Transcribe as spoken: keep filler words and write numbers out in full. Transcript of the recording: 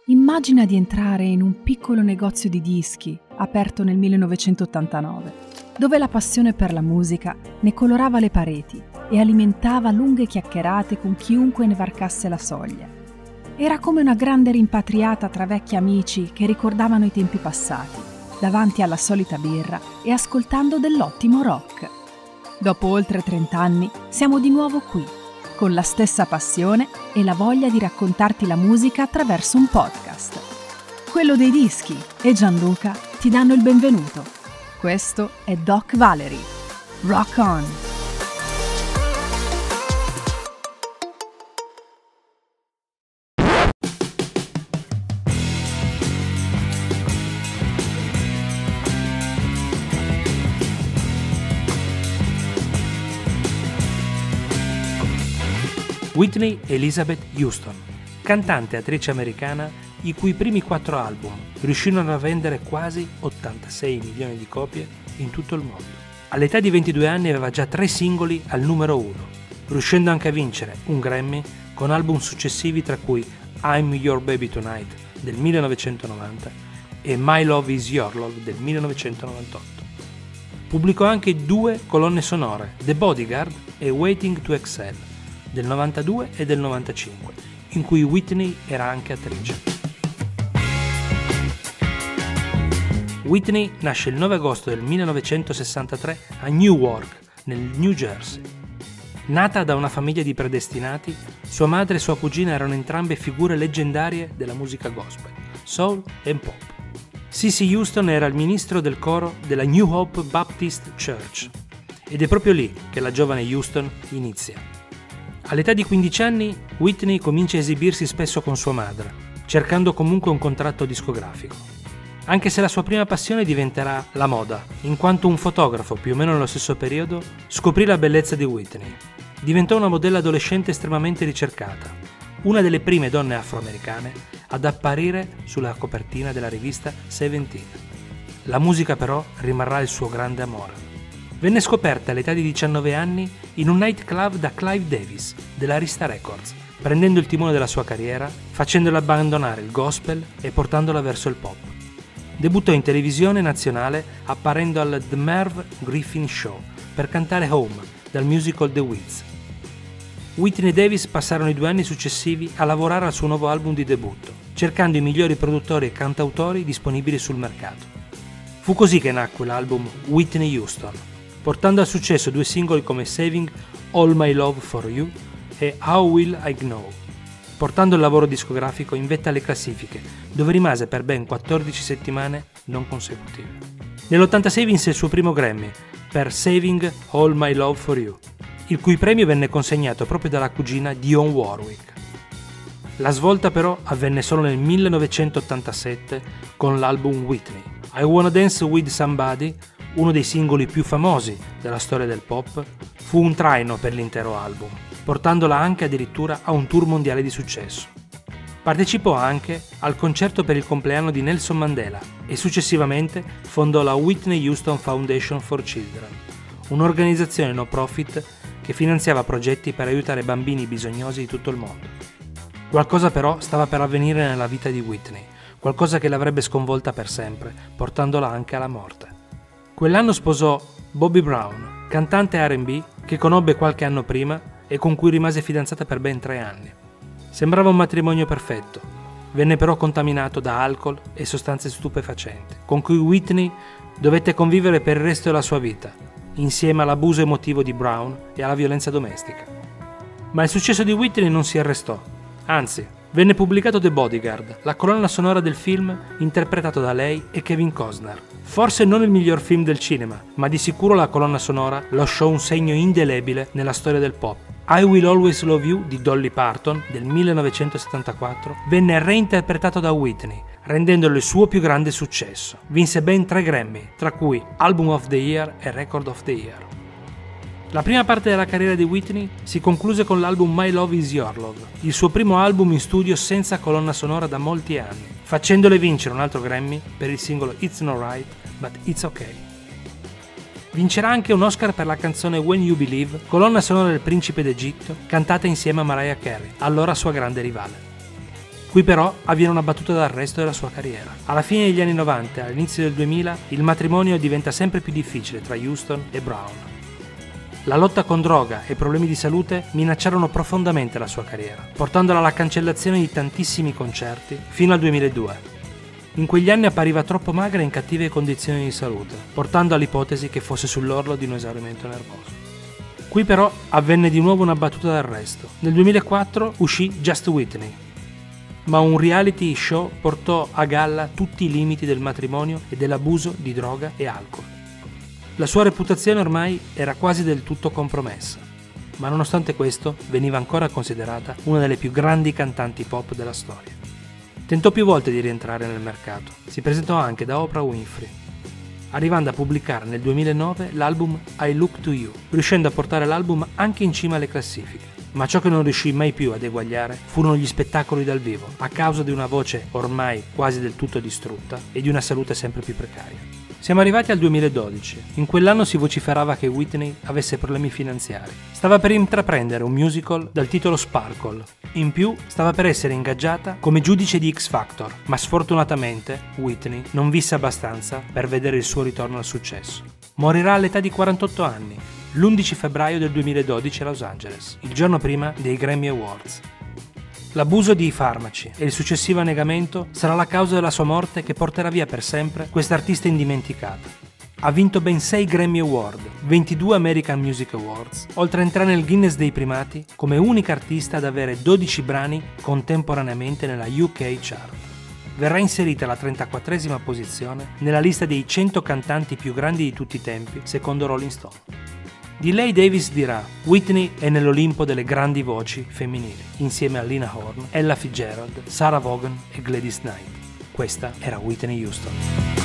Immagina di entrare in un piccolo negozio di dischi aperto nel millenovecentottantanove, dove la passione per la musica ne colorava le pareti e alimentava lunghe chiacchierate con chiunque ne varcasse la soglia. Era come una grande rimpatriata tra vecchi amici che ricordavano i tempi passati, davanti alla solita birra e ascoltando dell'ottimo rock. Dopo oltre trent'anni siamo di nuovo qui, con la stessa passione e la voglia di raccontarti la musica attraverso un podcast. Quello dei dischi e Gianluca ti danno il benvenuto. Questo è Doc Valerie. Rock on! Whitney Elizabeth Houston, cantante e attrice americana i cui primi quattro album riuscirono a vendere quasi ottantasei milioni di copie in tutto il mondo. All'età di ventidue anni aveva già tre singoli al numero uno, riuscendo anche a vincere un Grammy con album successivi tra cui I'm Your Baby Tonight del millenovecentonovanta e My Love Is Your Love del millenovecentonovantotto. Pubblicò anche due colonne sonore, The Bodyguard e Waiting to Excel, del novantadue e del novantacinque, in cui Whitney era anche attrice. Whitney nasce il nove agosto del millenovecentosessantatré a Newark, nel New Jersey. Nata da una famiglia di predestinati, sua madre e sua cugina erano entrambe figure leggendarie della musica gospel, soul e pop. Cissy Houston era il ministro del coro della New Hope Baptist Church, ed è proprio lì che la giovane Houston inizia. All'età di quindici anni, Whitney comincia a esibirsi spesso con sua madre, cercando comunque un contratto discografico. Anche se la sua prima passione diventerà la moda, in quanto un fotografo, più o meno nello stesso periodo, scoprì la bellezza di Whitney. Diventò una modella adolescente estremamente ricercata, una delle prime donne afroamericane ad apparire sulla copertina della rivista Seventeen. La musica però rimarrà il suo grande amore. Venne scoperta all'età di diciannove anni in un nightclub da Clive Davis della Arista Records, prendendo il timone della sua carriera, facendola abbandonare il gospel e portandola verso il pop. Debuttò in televisione nazionale apparendo al The Merv Griffin Show per cantare Home dal musical The Wiz. Whitney e Davis passarono i due anni successivi a lavorare al suo nuovo album di debutto, cercando i migliori produttori e cantautori disponibili sul mercato. Fu così che nacque l'album Whitney Houston, portando al successo due singoli come Saving All My Love For You e How Will I Know, portando il lavoro discografico in vetta alle classifiche, dove rimase per ben quattordici settimane non consecutive. Nell'ottantasei vinse il suo primo Grammy per Saving All My Love For You, il cui premio venne consegnato proprio dalla cugina Dionne Warwick. La svolta però avvenne solo nel millenovecentottantasette con l'album Whitney. I Wanna Dance With Somebody, uno dei singoli più famosi della storia del pop, fu un traino per l'intero album, portandola anche addirittura a un tour mondiale di successo. Partecipò anche al concerto per il compleanno di Nelson Mandela e successivamente fondò la Whitney Houston Foundation for Children, un'organizzazione no profit che finanziava progetti per aiutare bambini bisognosi di tutto il mondo. Qualcosa però stava per avvenire nella vita di Whitney, qualcosa che l'avrebbe sconvolta per sempre, portandola anche alla morte. Quell'anno sposò Bobby Brown, cantante R and B che conobbe qualche anno prima e con cui rimase fidanzata per ben tre anni. Sembrava un matrimonio perfetto, venne però contaminato da alcol e sostanze stupefacenti, con cui Whitney dovette convivere per il resto della sua vita, insieme all'abuso emotivo di Brown e alla violenza domestica. Ma il successo di Whitney non si arrestò, anzi, venne pubblicato The Bodyguard, la colonna sonora del film interpretato da lei e Kevin Costner. Forse non il miglior film del cinema, ma di sicuro la colonna sonora lasciò un segno indelebile nella storia del pop. I Will Always Love You di Dolly Parton del millenovecentosettantaquattro venne reinterpretato da Whitney, rendendolo il suo più grande successo. Vinse ben tre Grammy, tra cui Album of the Year e Record of the Year. La prima parte della carriera di Whitney si concluse con l'album My Love Is Your Love, il suo primo album in studio senza colonna sonora da molti anni, facendole vincere un altro Grammy per il singolo It's Not Right, But It's Okay. Vincerà anche un Oscar per la canzone When You Believe, colonna sonora del Principe d'Egitto, cantata insieme a Mariah Carey, allora sua grande rivale. Qui però avviene una battuta d'arresto della sua carriera. Alla fine degli anni novanta e all'inizio del duemila il matrimonio diventa sempre più difficile tra Houston e Brown. La lotta con droga e problemi di salute minacciarono profondamente la sua carriera, portandola alla cancellazione di tantissimi concerti fino al duemiladue. In quegli anni appariva troppo magra e in cattive condizioni di salute, portando all'ipotesi che fosse sull'orlo di un esaurimento nervoso. Qui però avvenne di nuovo una battuta d'arresto. Nel duemilaquattro uscì Just Whitney, ma un reality show portò a galla tutti i limiti del matrimonio e dell'abuso di droga e alcol. La sua reputazione ormai era quasi del tutto compromessa, ma nonostante questo veniva ancora considerata una delle più grandi cantanti pop della storia. Tentò più volte di rientrare nel mercato, si presentò anche da Oprah Winfrey, arrivando a pubblicare nel duemilanove l'album I Look to You, riuscendo a portare l'album anche in cima alle classifiche. Ma ciò che non riuscì mai più ad eguagliare furono gli spettacoli dal vivo, a causa di una voce ormai quasi del tutto distrutta e di una salute sempre più precaria. Siamo arrivati al duemiladodici. In quell'anno si vociferava che Whitney avesse problemi finanziari. Stava per intraprendere un musical dal titolo Sparkle. In più, stava per essere ingaggiata come giudice di X Factor, ma sfortunatamente Whitney non visse abbastanza per vedere il suo ritorno al successo. Morirà all'età di quarantotto anni, l'undici febbraio del duemiladodici a Los Angeles, il giorno prima dei Grammy Awards. L'abuso di farmaci e il successivo annegamento sarà la causa della sua morte che porterà via per sempre quest'artista indimenticata. Ha vinto ben sei Grammy Award, ventidue American Music Awards, oltre a entrare nel Guinness dei primati come unica artista ad avere dodici brani contemporaneamente nella U K chart. Verrà inserita alla trentaquattresima posizione nella lista dei cento cantanti più grandi di tutti i tempi, secondo Rolling Stone. Di lei Davis dirà: Whitney è nell'Olimpo delle grandi voci femminili, insieme a Lena Horne, Ella Fitzgerald, Sarah Vaughan e Gladys Knight. Questa era Whitney Houston.